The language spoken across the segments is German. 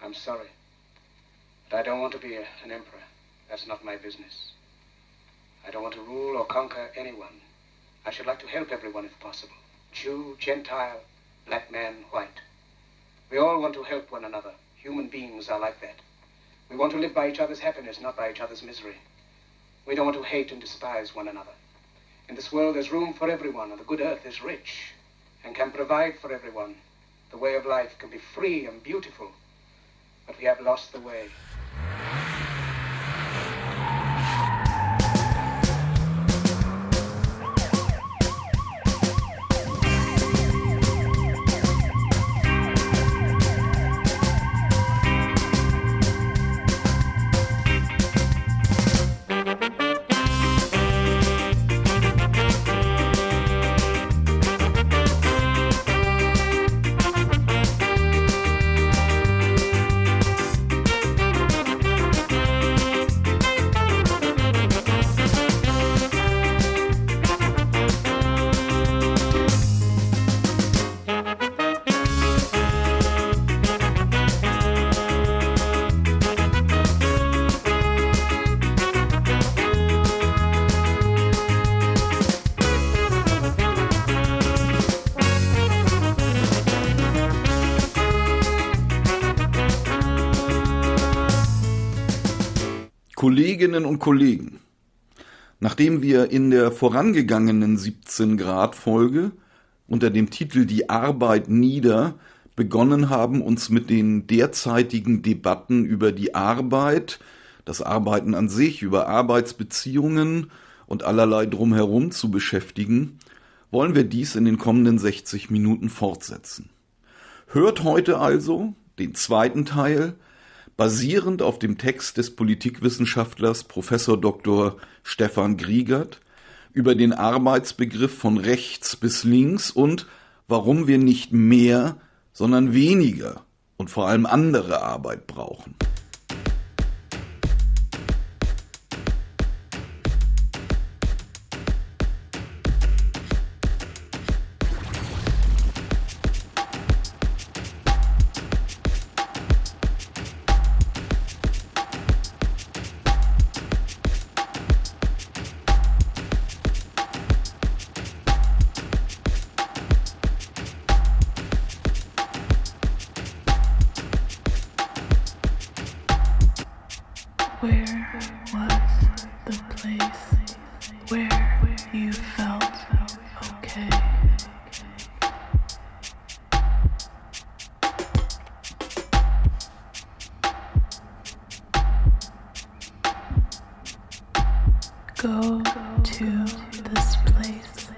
I'm sorry. But I don't want to be an emperor. That's not my business. I don't want to rule or conquer anyone. I should like to help everyone if possible. Jew, Gentile, black man, white. We all want to help one another. Human beings are like that. We want to live by each other's happiness, not by each other's misery. We don't want to hate and despise one another. In this world there's room for everyone, and the good earth is rich and can provide for everyone. The way of life can be free and beautiful, but we have lost the way. Kolleginnen und Kollegen, nachdem wir in der vorangegangenen 17-Grad-Folge unter dem Titel Die Arbeit nieder begonnen haben, uns mit den derzeitigen Debatten über die Arbeit, das Arbeiten an sich, über Arbeitsbeziehungen und allerlei drumherum zu beschäftigen, wollen wir dies in den kommenden 60 Minuten fortsetzen. Hört heute also den zweiten Teil, basierend auf dem Text des Politikwissenschaftlers Prof. Dr. Stefan Griegert über den Arbeitsbegriff von rechts bis links und warum wir nicht mehr, sondern weniger und vor allem andere Arbeit brauchen. Go to this place.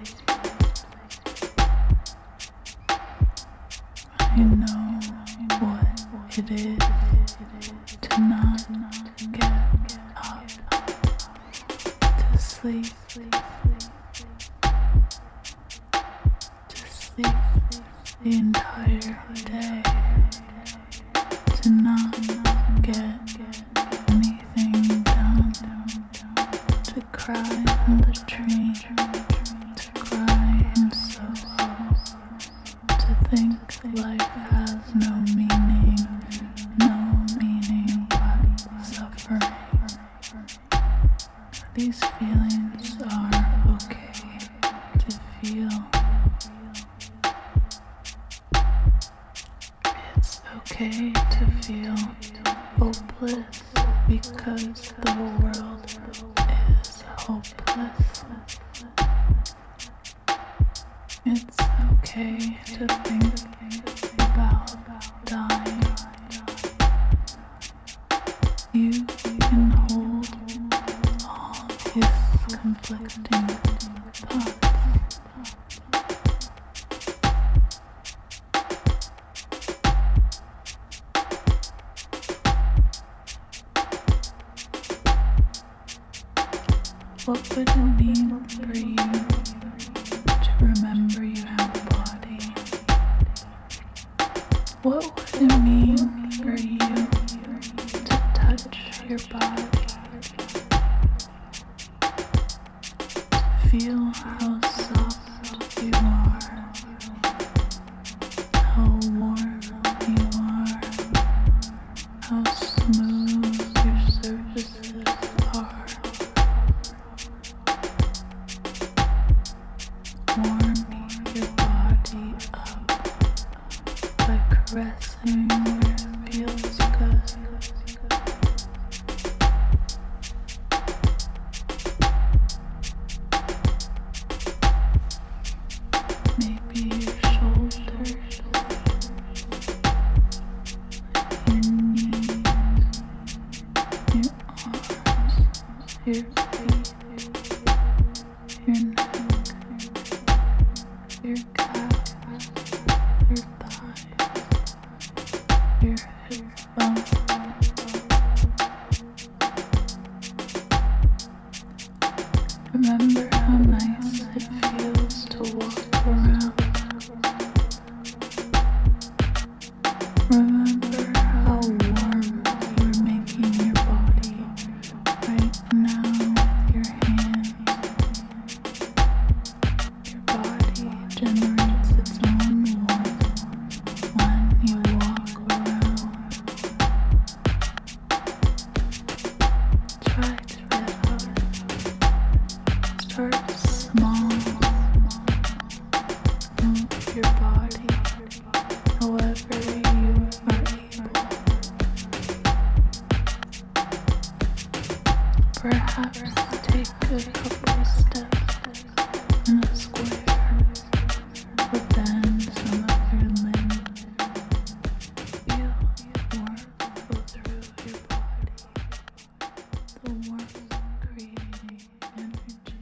I know what it is to not get up, to sleep, the entire day, to not get anything done. To cry in the train, to cry in Soho, to think life has no meaning but suffering. These feelings are okay to feel. It's okay to feel hopeless because the world is hopeless. It's okay to think about dying. You can hold all his conflicting thoughts. What would it mean for you to remember you have a body? What would it mean for you to touch your body? To feel how soft you are, how warm you are. your feet, your neck, your calves, your thighs, your hip bones. Remember how nice it feels to walk around. Remember how warm you're making your body right now with your hands. Your body generates its own warmth when you walk around. Try to get up. Start small. Move your body however you are able. Perhaps take a couple steps in a square, or bend some of your limbs. Feel warmth go through your body. The warmth creating energy.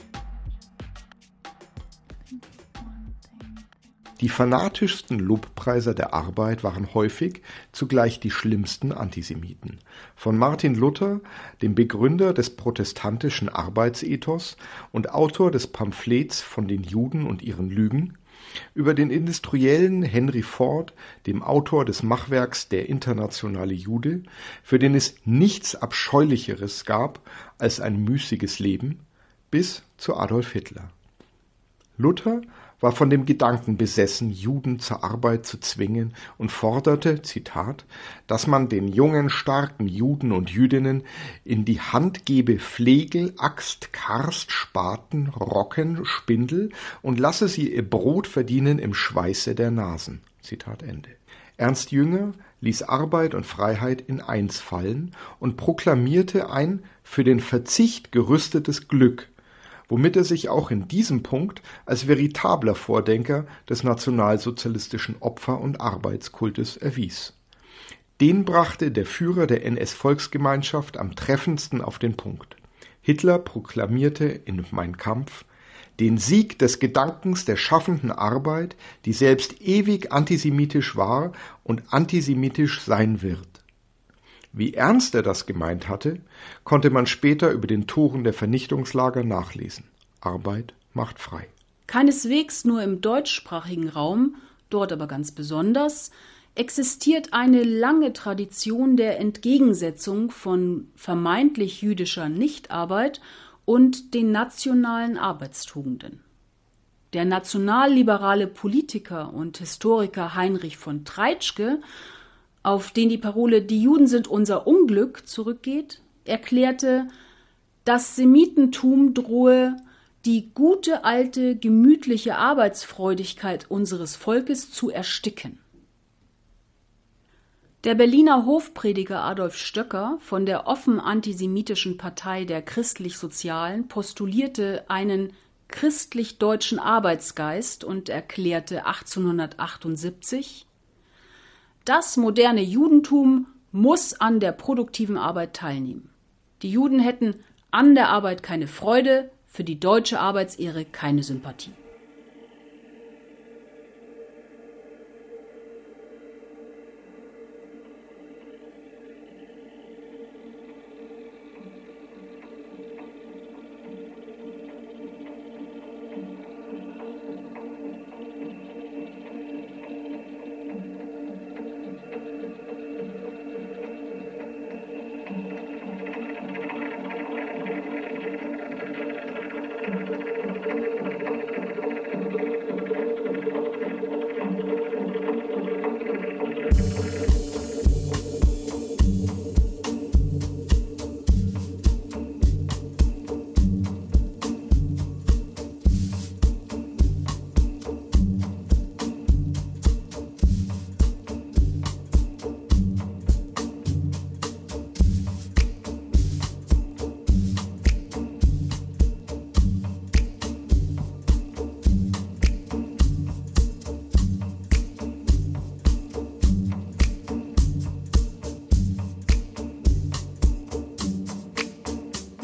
Think of one thing. Die fanatischsten Lobpreiser der Arbeit waren häufig zugleich die schlimmsten Antisemiten. Von Martin Luther, dem Begründer des protestantischen Arbeitsethos und Autor des Pamphlets von den Juden und ihren Lügen, über den Industriellen Henry Ford, dem Autor des Machwerks Der internationale Jude, für den es nichts Abscheulicheres gab als ein müßiges Leben, bis zu Adolf Hitler. Luther war von dem Gedanken besessen, Juden zur Arbeit zu zwingen und forderte, Zitat, dass man den jungen, starken Juden und Jüdinnen in die Hand gebe Flegel, Axt, Karst, Spaten, Rocken, Spindel und lasse sie ihr Brot verdienen im Schweiße der Nasen. Zitat Ende. Ernst Jünger ließ Arbeit und Freiheit in eins fallen und proklamierte ein für den Verzicht gerüstetes Glück, womit er sich auch in diesem Punkt als veritabler Vordenker des nationalsozialistischen Opfer- und Arbeitskultes erwies. Den brachte der Führer der NS-Volksgemeinschaft am treffendsten auf den Punkt. Hitler proklamierte in Mein Kampf den Sieg des Gedankens der schaffenden Arbeit, die selbst ewig antisemitisch war und antisemitisch sein wird. Wie ernst er das gemeint hatte, konnte man später über den Toren der Vernichtungslager nachlesen. Arbeit macht frei. Keineswegs nur im deutschsprachigen Raum, dort aber ganz besonders, existiert eine lange Tradition der Entgegensetzung von vermeintlich jüdischer Nichtarbeit und den nationalen Arbeitstugenden. Der nationalliberale Politiker und Historiker Heinrich von Treitschke, auf den die Parole »Die Juden sind unser Unglück« zurückgeht, erklärte, das Semitentum drohe die gute alte gemütliche Arbeitsfreudigkeit unseres Volkes zu ersticken. Der Berliner Hofprediger Adolf Stöcker von der offen antisemitischen Partei der Christlich-Sozialen postulierte einen christlich-deutschen Arbeitsgeist und erklärte 1878: Das moderne Judentum muss an der produktiven Arbeit teilnehmen. Die Juden hätten an der Arbeit keine Freude, für die deutsche Arbeitsehre keine Sympathie.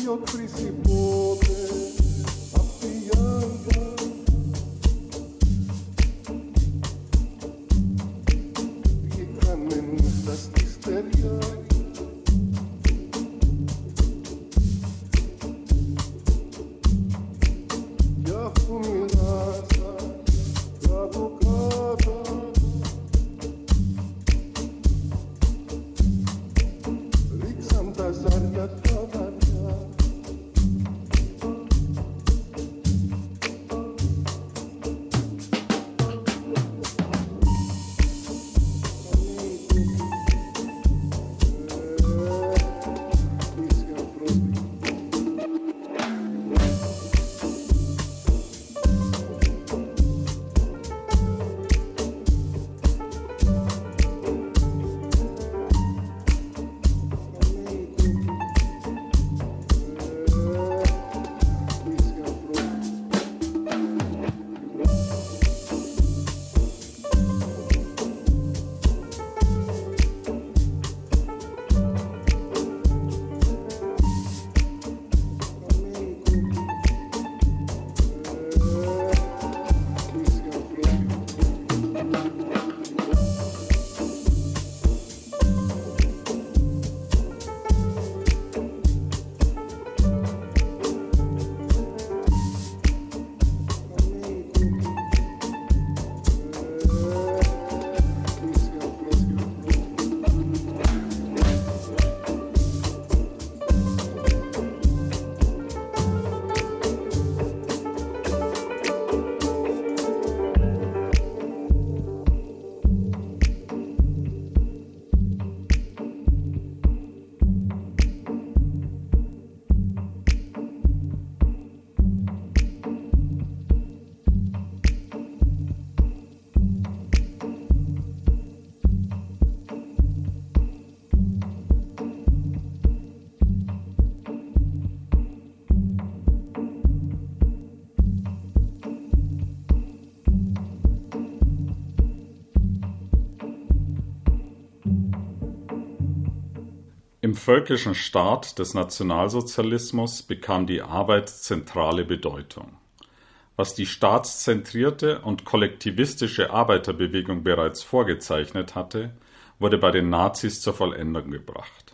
Im völkischen Staat des Nationalsozialismus bekam die Arbeit zentrale Bedeutung. Was die staatszentrierte und kollektivistische Arbeiterbewegung bereits vorgezeichnet hatte, wurde bei den Nazis zur Vollendung gebracht.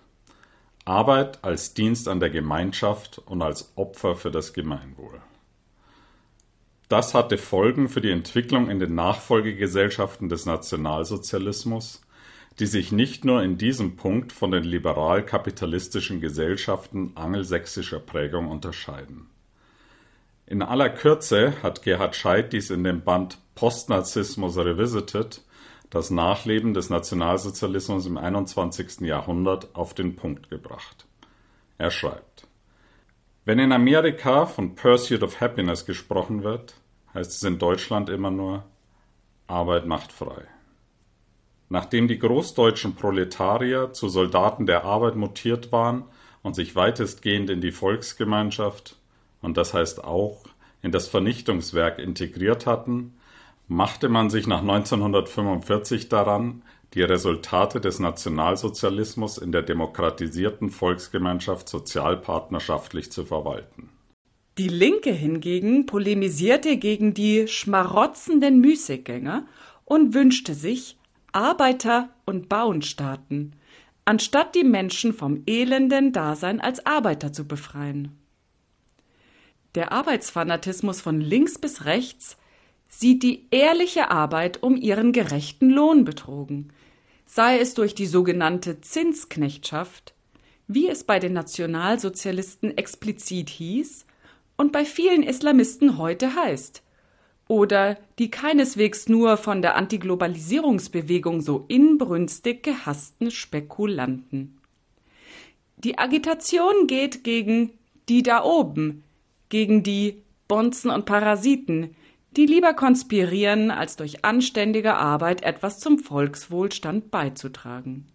Arbeit als Dienst an der Gemeinschaft und als Opfer für das Gemeinwohl. Das hatte Folgen für die Entwicklung in den Nachfolgegesellschaften des Nationalsozialismus, die sich nicht nur in diesem Punkt von den liberal-kapitalistischen Gesellschaften angelsächsischer Prägung unterscheiden. In aller Kürze hat Gerhard Scheidt dies in dem Band Postnazismus Revisited, das Nachleben des Nationalsozialismus im 21. Jahrhundert, auf den Punkt gebracht. Er schreibt: Wenn in Amerika von Pursuit of Happiness gesprochen wird, heißt es in Deutschland immer nur Arbeit macht frei. Nachdem die großdeutschen Proletarier zu Soldaten der Arbeit mutiert waren und sich weitestgehend in die Volksgemeinschaft, und das heißt auch in das Vernichtungswerk integriert hatten, machte man sich nach 1945 daran, die Resultate des Nationalsozialismus in der demokratisierten Volksgemeinschaft sozialpartnerschaftlich zu verwalten. Die Linke hingegen polemisierte gegen die schmarotzenden Müßiggänger und wünschte sich Arbeiter- und Bauernstaaten, anstatt die Menschen vom elenden Dasein als Arbeiter zu befreien. Der Arbeitsfanatismus von links bis rechts sieht die ehrliche Arbeit um ihren gerechten Lohn betrogen, sei es durch die sogenannte Zinsknechtschaft, wie es bei den Nationalsozialisten explizit hieß und bei vielen Islamisten heute heißt, oder die keineswegs nur von der Antiglobalisierungsbewegung so inbrünstig gehassten Spekulanten. Die Agitation geht gegen die da oben, gegen die Bonzen und Parasiten, die lieber konspirieren, als durch anständige Arbeit etwas zum Volkswohlstand beizutragen.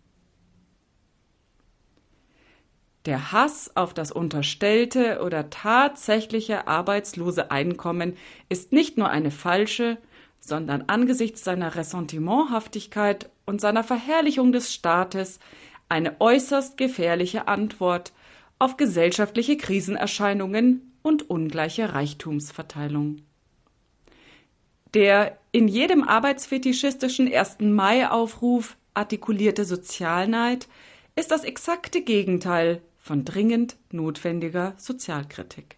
Der Hass auf das unterstellte oder tatsächliche arbeitslose Einkommen ist nicht nur eine falsche, sondern angesichts seiner Ressentimenthaftigkeit und seiner Verherrlichung des Staates eine äußerst gefährliche Antwort auf gesellschaftliche Krisenerscheinungen und ungleiche Reichtumsverteilung. Der in jedem arbeitsfetischistischen 1. Mai-Aufruf artikulierte Sozialneid ist das exakte Gegenteil von dringend notwendiger Sozialkritik.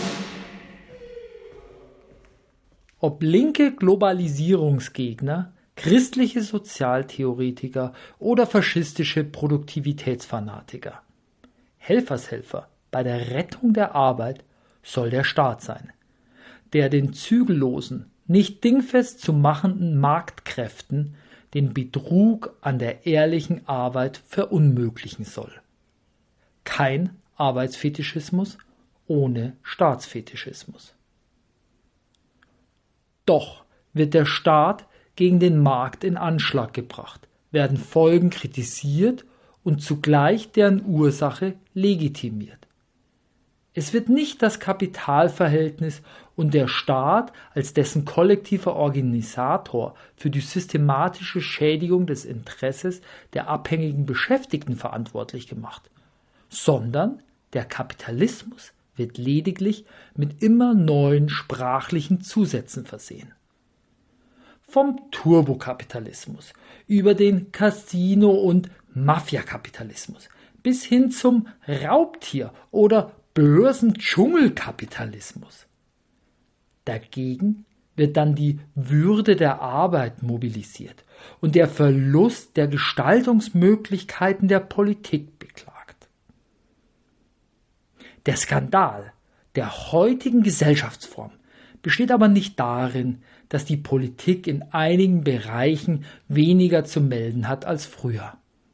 Ob linke Globalisierungsgegner christliche Sozialtheoretiker oder faschistische Produktivitätsfanatiker. Helfershelfer bei der Rettung der Arbeit soll der Staat sein, der den zügellosen, nicht dingfest zu machenden Marktkräften den Betrug an der ehrlichen Arbeit verunmöglichen soll. Kein Arbeitsfetischismus ohne Staatsfetischismus. Doch wird der Staat gegen den Markt in Anschlag gebracht, werden Folgen kritisiert und zugleich deren Ursache legitimiert. Es wird nicht das Kapitalverhältnis und der Staat als dessen kollektiver Organisator für die systematische Schädigung des Interesses der abhängigen Beschäftigten verantwortlich gemacht, sondern der Kapitalismus wird lediglich mit immer neuen sprachlichen Zusätzen versehen. Vom Turbokapitalismus über den Casino- und Mafiakapitalismus bis hin zum Raubtier- oder Börsendschungelkapitalismus. Dagegen wird dann die Würde der Arbeit mobilisiert und der Verlust der Gestaltungsmöglichkeiten der Politik beklagt. Der Skandal der heutigen Gesellschaftsform besteht aber nicht darin, dass die Politik in einigen Bereichen weniger zu melden hat als früher.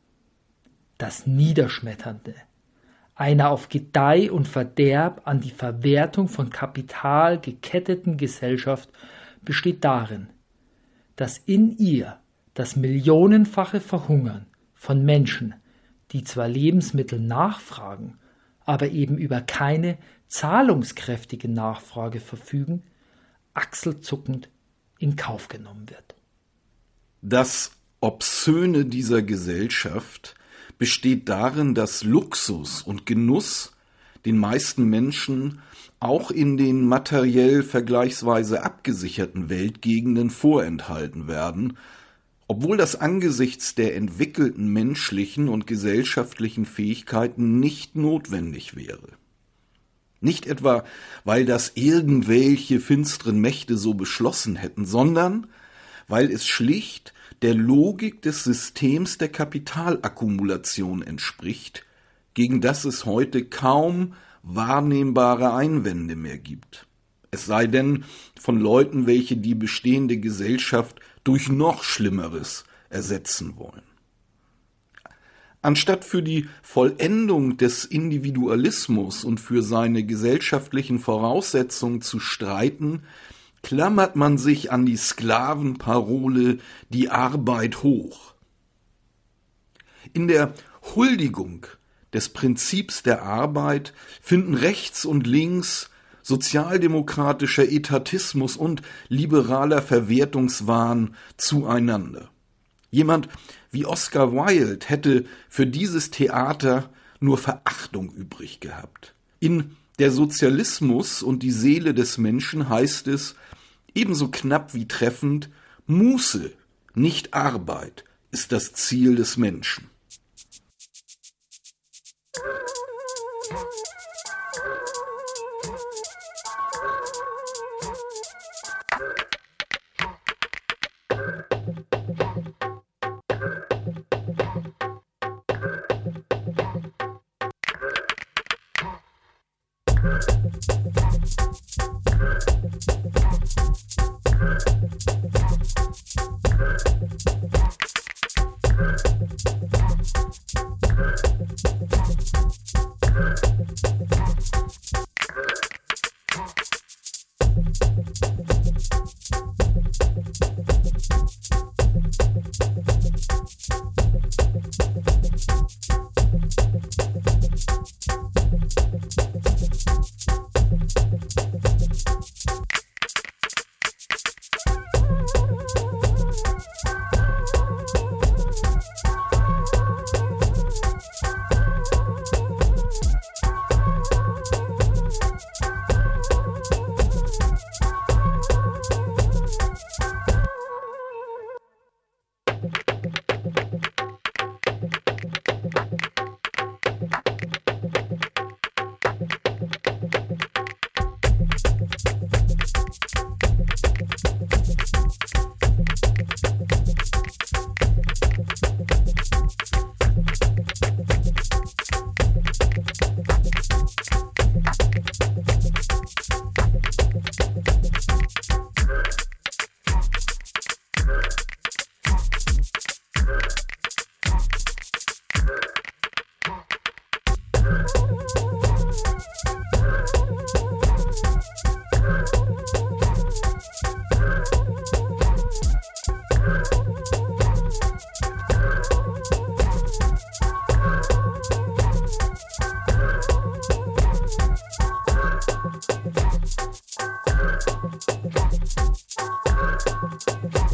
Das Niederschmetternde einer auf Gedeih und Verderb an die Verwertung von Kapital geketteten Gesellschaft besteht darin, dass in ihr das millionenfache Verhungern von Menschen, die zwar Lebensmittel nachfragen, aber eben über keine zahlungskräftige Nachfrage verfügen, achselzuckend in Kauf genommen wird. Das Obszöne dieser Gesellschaft besteht darin, dass Luxus und Genuss den meisten Menschen auch in den materiell vergleichsweise abgesicherten Weltgegenden vorenthalten werden, obwohl das angesichts der entwickelten menschlichen und gesellschaftlichen Fähigkeiten nicht notwendig wäre. Nicht etwa, weil das irgendwelche finsteren Mächte so beschlossen hätten, sondern weil es schlicht der Logik des Systems der Kapitalakkumulation entspricht, gegen das es heute kaum wahrnehmbare Einwände mehr gibt. Es sei denn von Leuten, welche die bestehende Gesellschaft durch noch Schlimmeres ersetzen wollen. Anstatt für die Vollendung des Individualismus und für seine gesellschaftlichen Voraussetzungen zu streiten, klammert man sich an die Sklavenparole die Arbeit hoch. In der Huldigung des Prinzips der Arbeit finden rechts und links sozialdemokratischer Etatismus und liberaler Verwertungswahn zueinander. Jemand wie Oscar Wilde hätte für dieses Theater nur Verachtung übrig gehabt. In Der Sozialismus und die Seele des Menschen heißt es, ebenso knapp wie treffend, Muße, nicht Arbeit, ist das Ziel des Menschen.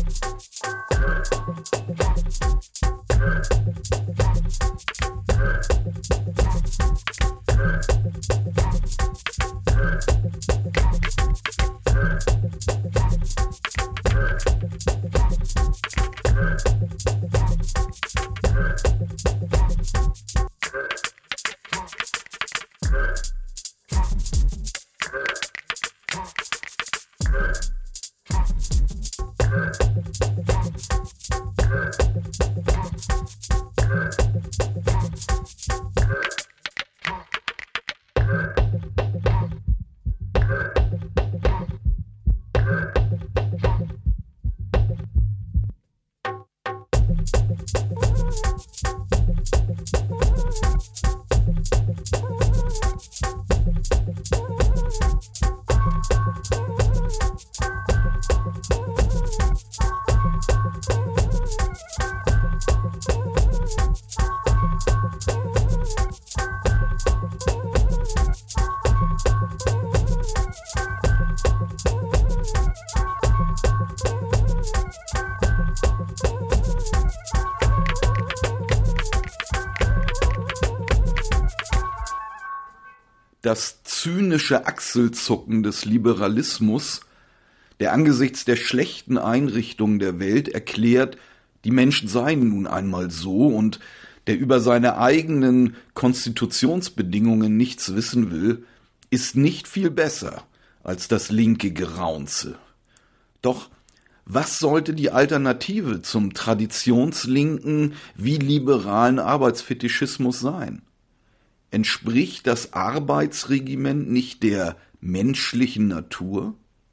Das zynische Achselzucken des Liberalismus, der angesichts der schlechten Einrichtungen der Welt erklärt, die Menschen seien nun einmal so und der über seine eigenen Konstitutionsbedingungen nichts wissen will, ist nicht viel besser als das linke Geraunze. Doch was sollte die Alternative zum traditionslinken wie liberalen Arbeitsfetischismus sein? Entspricht das Arbeitsregiment nicht der menschlichen Natur?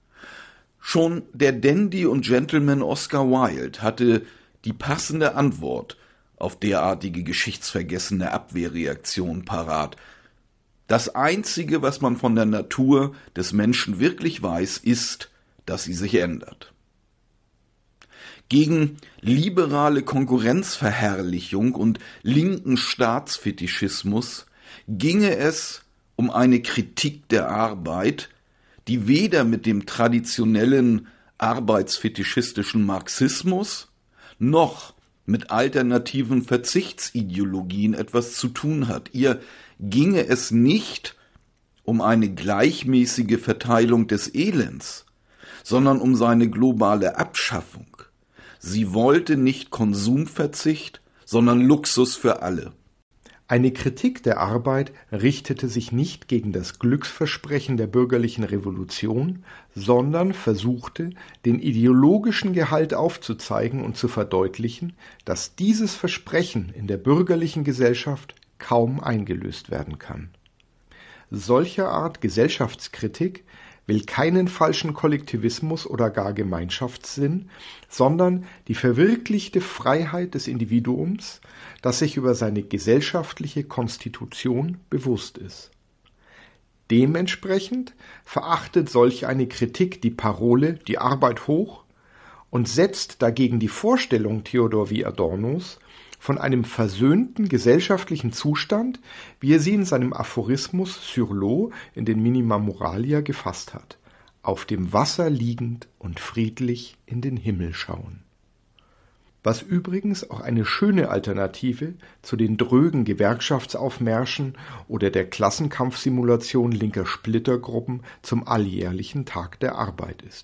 Schon der Dandy und Gentleman Oscar Wilde hatte die passende Antwort auf derartige geschichtsvergessene Abwehrreaktionen parat. Das Einzige, was man von der Natur des Menschen wirklich weiß, ist, dass sie sich ändert. Gegen liberale Konkurrenzverherrlichung und linken Staatsfetischismus ginge es um eine Kritik der Arbeit, die weder mit dem traditionellen arbeitsfetischistischen Marxismus noch mit alternativen Verzichtsideologien etwas zu tun hat. Ihr ginge es nicht um eine gleichmäßige Verteilung des Elends, sondern um seine globale Abschaffung. Sie wollte nicht Konsumverzicht, sondern Luxus für alle. Eine Kritik der Arbeit richtete sich nicht gegen das Glücksversprechen der bürgerlichen Revolution, sondern versuchte, den ideologischen Gehalt aufzuzeigen und zu verdeutlichen, dass dieses Versprechen in der bürgerlichen Gesellschaft kaum eingelöst werden kann. Solcher Art Gesellschaftskritik will keinen falschen Kollektivismus oder gar Gemeinschaftssinn, sondern die verwirklichte Freiheit des Individuums, das sich über seine gesellschaftliche Konstitution bewusst ist. Dementsprechend verachtet solch eine Kritik die Parole „Die Arbeit hoch" und setzt dagegen die Vorstellung Theodor W. Adornos von einem versöhnten gesellschaftlichen Zustand, wie er sie in seinem Aphorismus sur l'eau in den Minima Moralia gefasst hat: auf dem Wasser liegend und friedlich in den Himmel schauen. Was übrigens auch eine schöne Alternative zu den drögen Gewerkschaftsaufmärschen oder der Klassenkampfsimulation linker Splittergruppen zum alljährlichen Tag der Arbeit ist.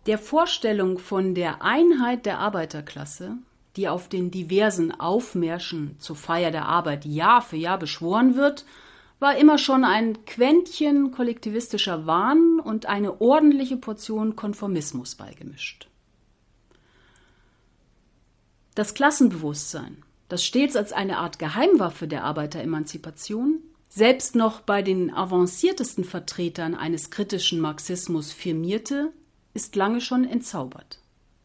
Der Vorstellung von der Einheit der Arbeiterklasse, die auf den diversen Aufmärschen zur Feier der Arbeit Jahr für Jahr beschworen wird, war immer schon ein Quäntchen kollektivistischer Wahn und eine ordentliche Portion Konformismus beigemischt. Das Klassenbewusstsein, das stets als eine Art Geheimwaffe der Arbeiteremanzipation, selbst noch bei den avanciertesten Vertretern eines kritischen Marxismus firmierte, ist lange schon entzaubert.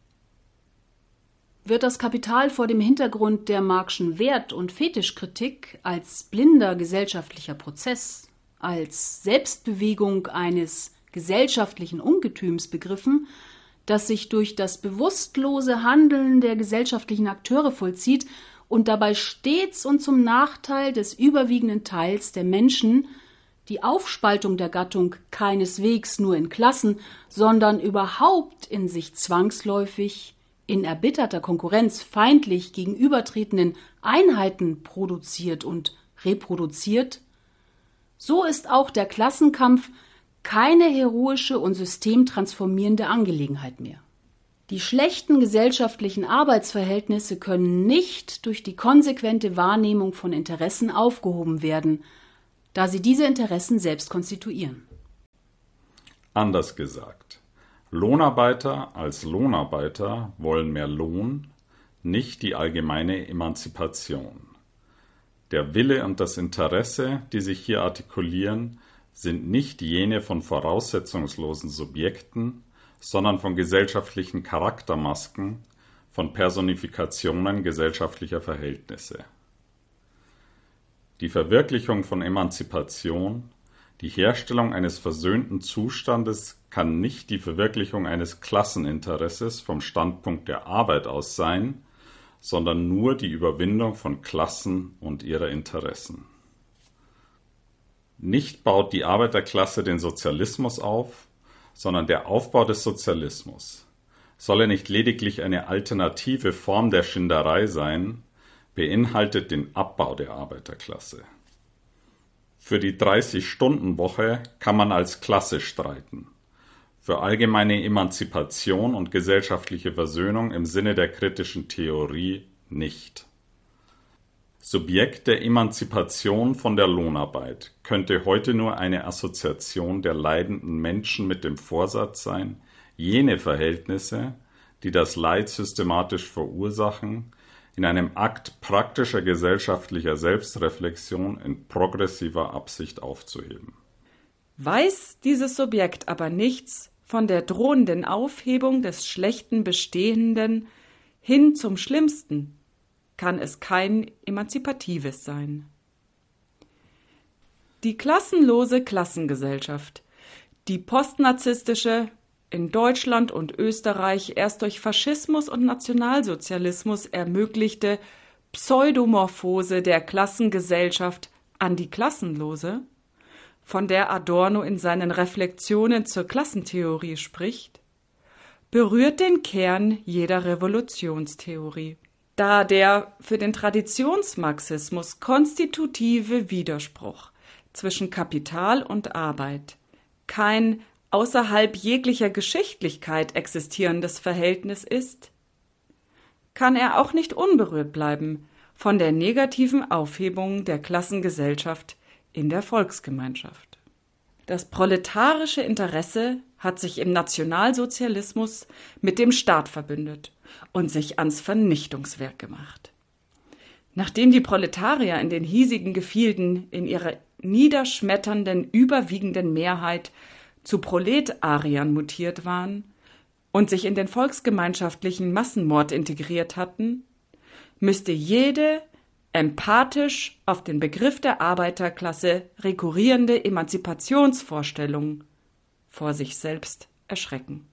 Wird das Kapital vor dem Hintergrund der Marxschen Wert- und Fetischkritik als blinder gesellschaftlicher Prozess, als Selbstbewegung eines gesellschaftlichen Ungetüms begriffen, das sich durch das bewusstlose Handeln der gesellschaftlichen Akteure vollzieht und dabei stets und zum Nachteil des überwiegenden Teils der Menschen die Aufspaltung der Gattung keineswegs nur in Klassen, sondern überhaupt in sich zwangsläufig in erbitterter Konkurrenz feindlich gegenübertretenden Einheiten produziert und reproduziert, so ist auch der Klassenkampf keine heroische und systemtransformierende Angelegenheit mehr. Die schlechten gesellschaftlichen Arbeitsverhältnisse können nicht durch die konsequente Wahrnehmung von Interessen aufgehoben werden, da sie diese Interessen selbst konstituieren. Anders gesagt, Lohnarbeiter als Lohnarbeiter wollen mehr Lohn, nicht die allgemeine Emanzipation. Der Wille und das Interesse, die sich hier artikulieren, sind nicht jene von voraussetzungslosen Subjekten, sondern von gesellschaftlichen Charaktermasken, von Personifikationen gesellschaftlicher Verhältnisse. Die Verwirklichung von Emanzipation, die Herstellung eines versöhnten Zustandes kann nicht die Verwirklichung eines Klasseninteresses vom Standpunkt der Arbeit aus sein, sondern nur die Überwindung von Klassen und ihrer Interessen. Nicht baut die Arbeiterklasse den Sozialismus auf, sondern der Aufbau des Sozialismus solle nicht lediglich eine alternative Form der Schinderei sein, beinhaltet den Abbau der Arbeiterklasse. Für die 30-Stunden-Woche kann man als Klasse streiten. Für allgemeine Emanzipation und gesellschaftliche Versöhnung im Sinne der kritischen Theorie nicht. Subjekt der Emanzipation von der Lohnarbeit könnte heute nur eine Assoziation der leidenden Menschen mit dem Vorsatz sein, jene Verhältnisse, die das Leid systematisch verursachen, in einem Akt praktischer gesellschaftlicher Selbstreflexion in progressiver Absicht aufzuheben. Weiß dieses Subjekt aber nichts von der drohenden Aufhebung des schlechten Bestehenden hin zum Schlimmsten, kann es kein Emanzipatives sein. Die klassenlose Klassengesellschaft, die postnarzistische, in Deutschland und Österreich erst durch Faschismus und Nationalsozialismus ermöglichte Pseudomorphose der Klassengesellschaft an die Klassenlose, von der Adorno in seinen Reflexionen zur Klassentheorie spricht, berührt den Kern jeder Revolutionstheorie, da der für den Traditionsmarxismus konstitutive Widerspruch zwischen Kapital und Arbeit kein außerhalb jeglicher Geschichtlichkeit existierendes Verhältnis ist, kann er auch nicht unberührt bleiben von der negativen Aufhebung der Klassengesellschaft in der Volksgemeinschaft. Das proletarische Interesse hat sich im Nationalsozialismus mit dem Staat verbündet und sich ans Vernichtungswerk gemacht. Nachdem die Proletarier in den hiesigen Gefilden in ihrer niederschmetternden, überwiegenden Mehrheit zu Proletariern mutiert waren und sich in den volksgemeinschaftlichen Massenmord integriert hatten, müsste jede empathisch auf den Begriff der Arbeiterklasse rekurrierende Emanzipationsvorstellung vor sich selbst erschrecken.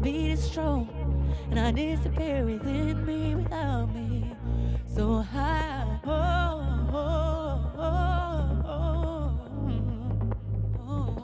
beat is strong, and I disappear within me without me. So high, oh, oh, oh, oh, oh,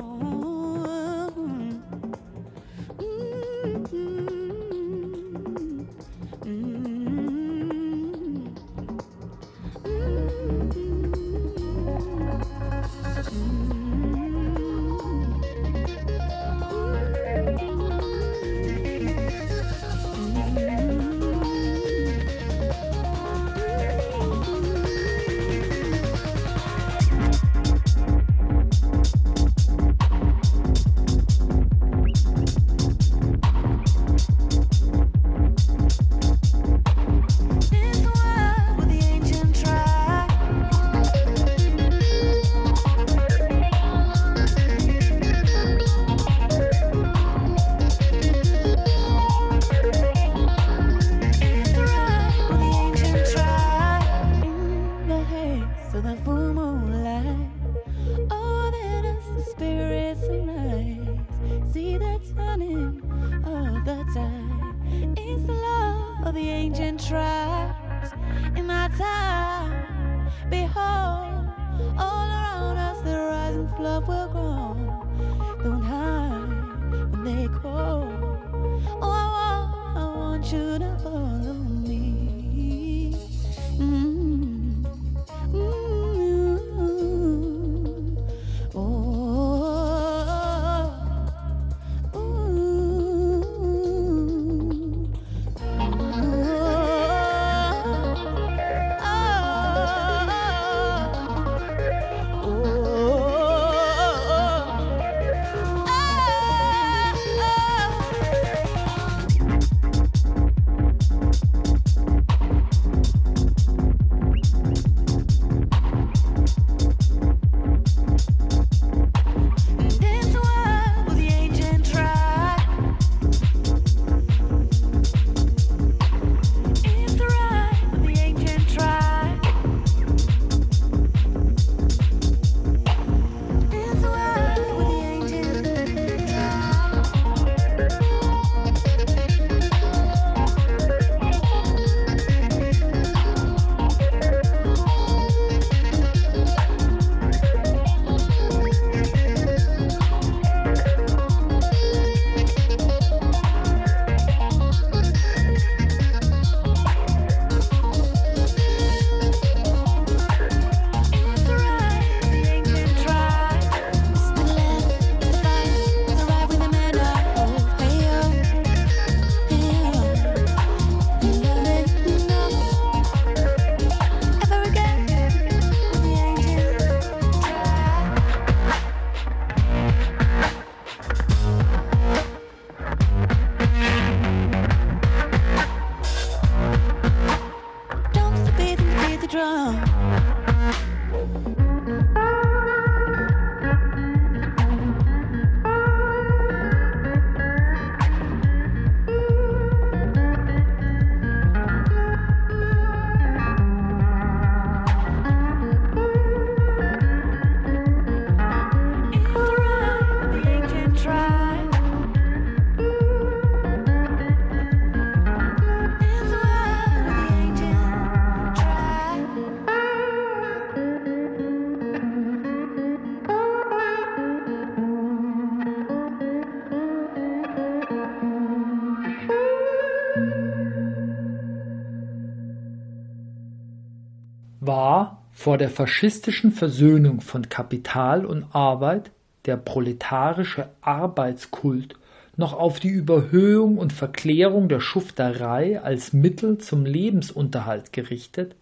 war vor der faschistischen Versöhnung von Kapital und Arbeit der proletarische Arbeitskult noch auf die Überhöhung und Verklärung der Schufterei als Mittel zum Lebensunterhalt gerichtet,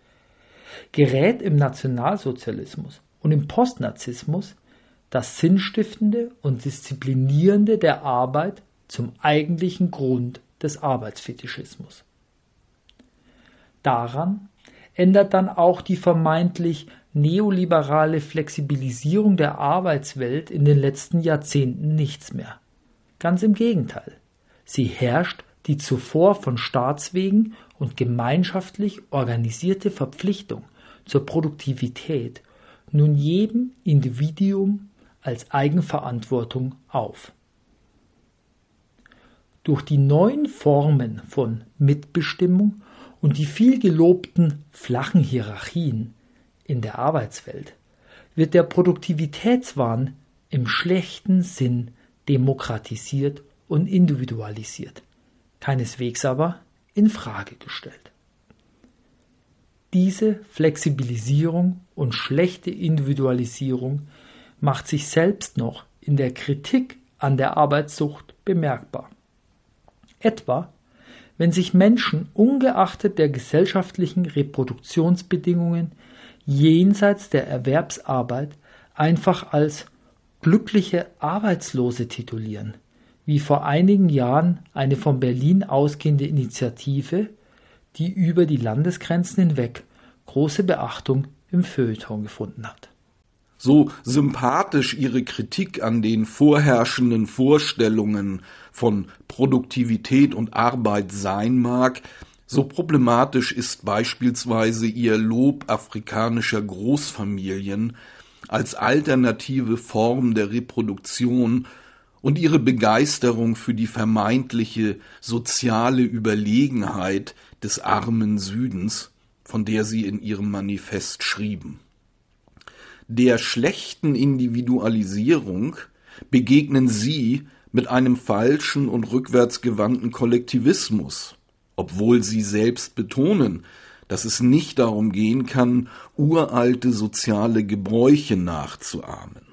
gerät im Nationalsozialismus und im Postnazismus das Sinnstiftende und Disziplinierende der Arbeit zum eigentlichen Grund des Arbeitsfetischismus. Daran ändert dann auch die vermeintlich neoliberale Flexibilisierung der Arbeitswelt in den letzten Jahrzehnten nichts mehr. Ganz im Gegenteil. Sie herrscht die zuvor von Staatswegen und gemeinschaftlich organisierte Verpflichtung zur Produktivität nun jedem Individuum als Eigenverantwortung auf. Durch die neuen Formen von Mitbestimmung und die viel gelobten flachen Hierarchien in der Arbeitswelt wird der Produktivitätswahn im schlechten Sinn demokratisiert und individualisiert, keineswegs aber in Frage gestellt. Diese Flexibilisierung und schlechte Individualisierung macht sich selbst noch in der Kritik an der Arbeitssucht bemerkbar. Etwa, wenn sich Menschen ungeachtet der gesellschaftlichen Reproduktionsbedingungen jenseits der Erwerbsarbeit einfach als glückliche Arbeitslose titulieren, wie vor einigen Jahren eine von Berlin ausgehende Initiative, die über die Landesgrenzen hinweg große Beachtung im Feuilleton gefunden hat. So sympathisch ihre Kritik an den vorherrschenden Vorstellungen von Produktivität und Arbeit sein mag, so problematisch ist beispielsweise ihr Lob afrikanischer Großfamilien als alternative Form der Reproduktion und ihre Begeisterung für die vermeintliche soziale Überlegenheit des armen Südens, von der sie in ihrem Manifest schrieben. Der schlechten Individualisierung begegnen sie mit einem falschen und rückwärtsgewandten Kollektivismus, obwohl sie selbst betonen, dass es nicht darum gehen kann, uralte soziale Gebräuche nachzuahmen.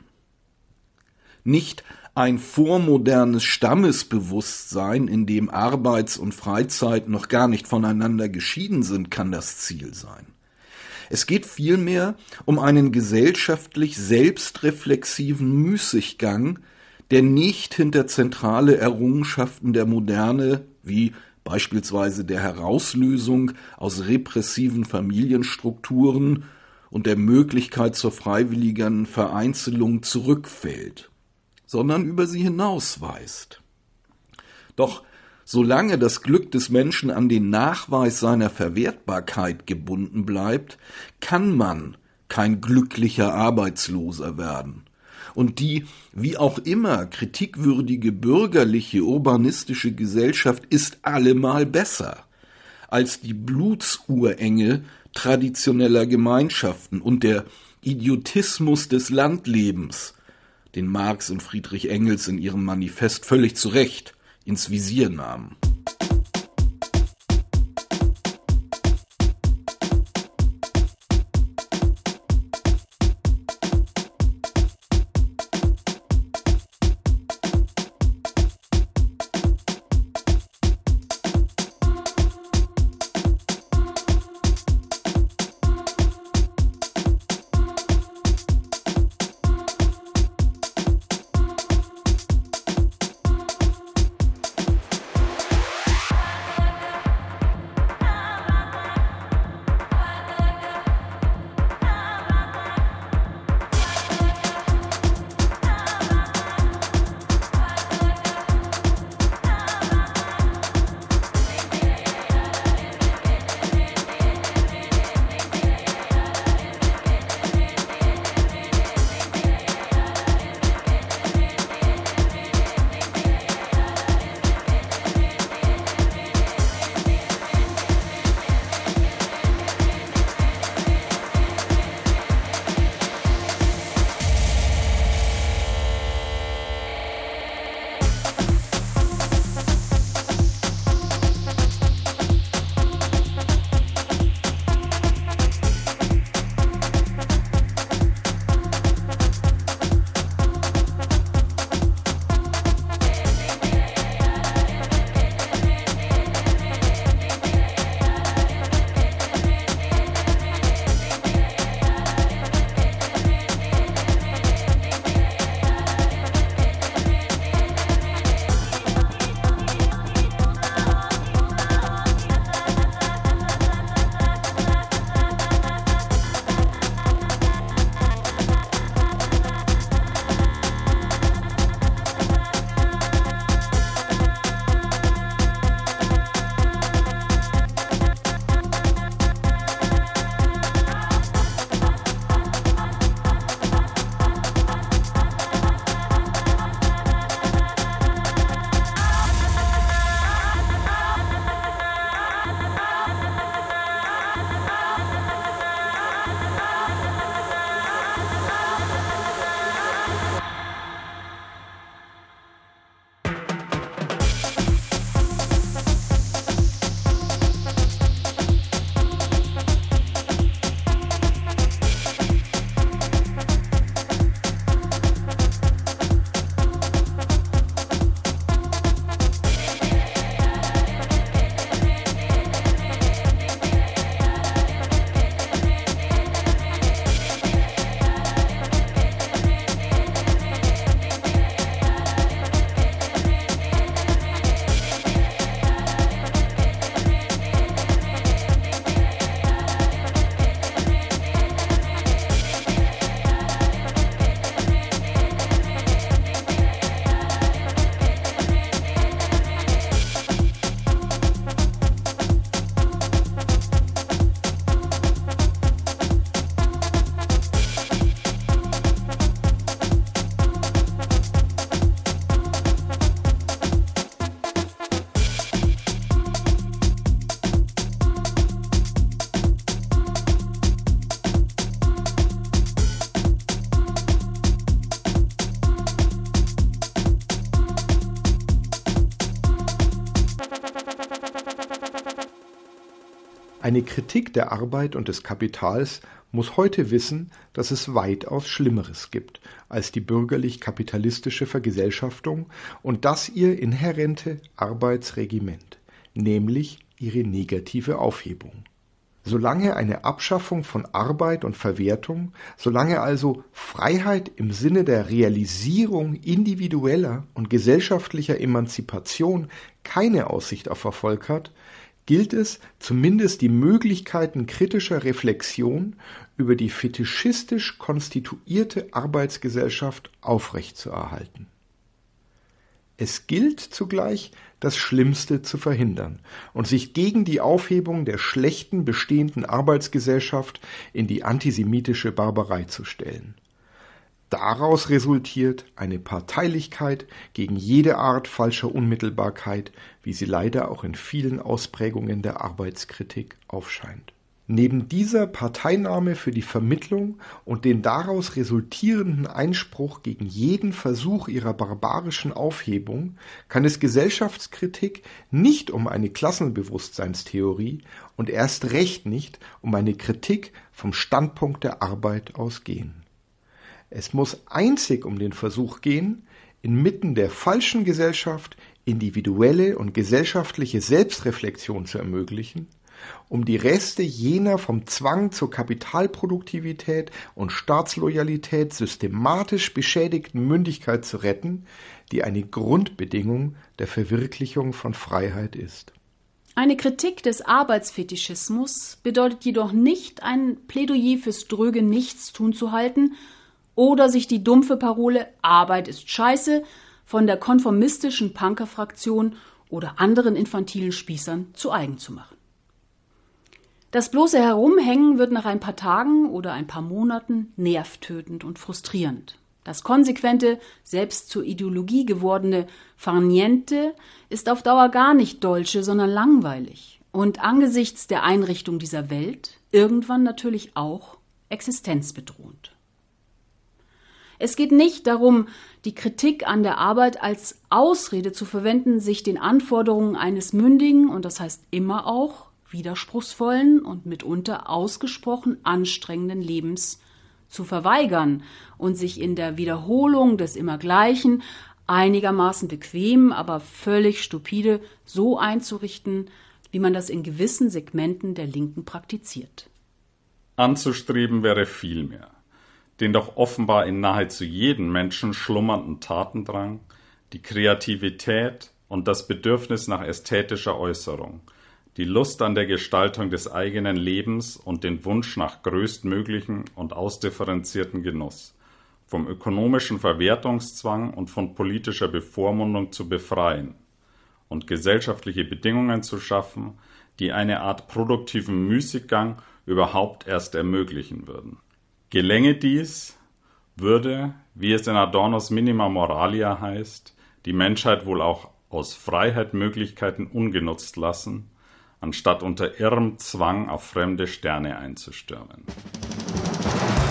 Nicht ein vormodernes Stammesbewusstsein, in dem Arbeits- und Freizeit noch gar nicht voneinander geschieden sind, kann das Ziel sein. Es geht vielmehr um einen gesellschaftlich selbstreflexiven Müßiggang, der nicht hinter zentrale Errungenschaften der Moderne, wie beispielsweise der Herauslösung aus repressiven Familienstrukturen und der Möglichkeit zur freiwilligen Vereinzelung zurückfällt, sondern über sie hinausweist. Doch solange das Glück des Menschen an den Nachweis seiner Verwertbarkeit gebunden bleibt, kann man kein glücklicher Arbeitsloser werden. Und die, wie auch immer, kritikwürdige bürgerliche, urbanistische Gesellschaft ist allemal besser als die Blutsurenge traditioneller Gemeinschaften und der Idiotismus des Landlebens, den Marx und Friedrich Engels in ihrem Manifest völlig zu Recht ins Visier nahmen. Eine Kritik der Arbeit und des Kapitals muss heute wissen, dass es weitaus Schlimmeres gibt als die bürgerlich-kapitalistische Vergesellschaftung und das ihr inhärente Arbeitsregiment, nämlich ihre negative Aufhebung. Solange eine Abschaffung von Arbeit und Verwertung, solange also Freiheit im Sinne der Realisierung individueller und gesellschaftlicher Emanzipation keine Aussicht auf Erfolg hat, gilt es, zumindest die Möglichkeiten kritischer Reflexion über die fetischistisch konstituierte Arbeitsgesellschaft aufrechtzuerhalten. Es gilt zugleich, das Schlimmste zu verhindern und sich gegen die Aufhebung der schlechten bestehenden Arbeitsgesellschaft in die antisemitische Barbarei zu stellen. Daraus resultiert eine Parteilichkeit gegen jede Art falscher Unmittelbarkeit, wie sie leider auch in vielen Ausprägungen der Arbeitskritik aufscheint. Neben dieser Parteinahme für die Vermittlung und den daraus resultierenden Einspruch gegen jeden Versuch ihrer barbarischen Aufhebung kann es Gesellschaftskritik nicht um eine Klassenbewusstseinstheorie und erst recht nicht um eine Kritik vom Standpunkt der Arbeit ausgehen. Es muss einzig um den Versuch gehen, inmitten der falschen Gesellschaft individuelle und gesellschaftliche Selbstreflexion zu ermöglichen, um die Reste jener vom Zwang zur Kapitalproduktivität und Staatsloyalität systematisch beschädigten Mündigkeit zu retten, die eine Grundbedingung der Verwirklichung von Freiheit ist. Eine Kritik des Arbeitsfetischismus bedeutet jedoch nicht, ein Plädoyer fürs dröge Nichtstun zu halten oder sich die dumpfe Parole »Arbeit ist scheiße« von der konformistischen Punkerfraktion oder anderen infantilen Spießern zu eigen zu machen. Das bloße Herumhängen wird nach ein paar Tagen oder ein paar Monaten nervtötend und frustrierend. Das konsequente, selbst zur Ideologie gewordene Far niente ist auf Dauer gar nicht dolce, sondern langweilig und angesichts der Einrichtung dieser Welt irgendwann natürlich auch existenzbedrohend. Es geht nicht darum, die Kritik an der Arbeit als Ausrede zu verwenden, sich den Anforderungen eines mündigen und das heißt immer auch widerspruchsvollen und mitunter ausgesprochen anstrengenden Lebens zu verweigern und sich in der Wiederholung des Immergleichen einigermaßen bequem, aber völlig stupide so einzurichten, wie man das in gewissen Segmenten der Linken praktiziert. Anzustreben wäre viel mehr. Den doch offenbar in nahezu jedem Menschen schlummernden Tatendrang, die Kreativität und das Bedürfnis nach ästhetischer Äußerung, die Lust an der Gestaltung des eigenen Lebens und den Wunsch nach größtmöglichen und ausdifferenzierten Genuss, vom ökonomischen Verwertungszwang und von politischer Bevormundung zu befreien und gesellschaftliche Bedingungen zu schaffen, die eine Art produktiven Müßiggang überhaupt erst ermöglichen würden. Gelänge dies, würde, wie es in Adornos Minima Moralia heißt, die Menschheit wohl auch aus Freiheit Möglichkeiten ungenutzt lassen, anstatt unter irrem Zwang auf fremde Sterne einzustürmen.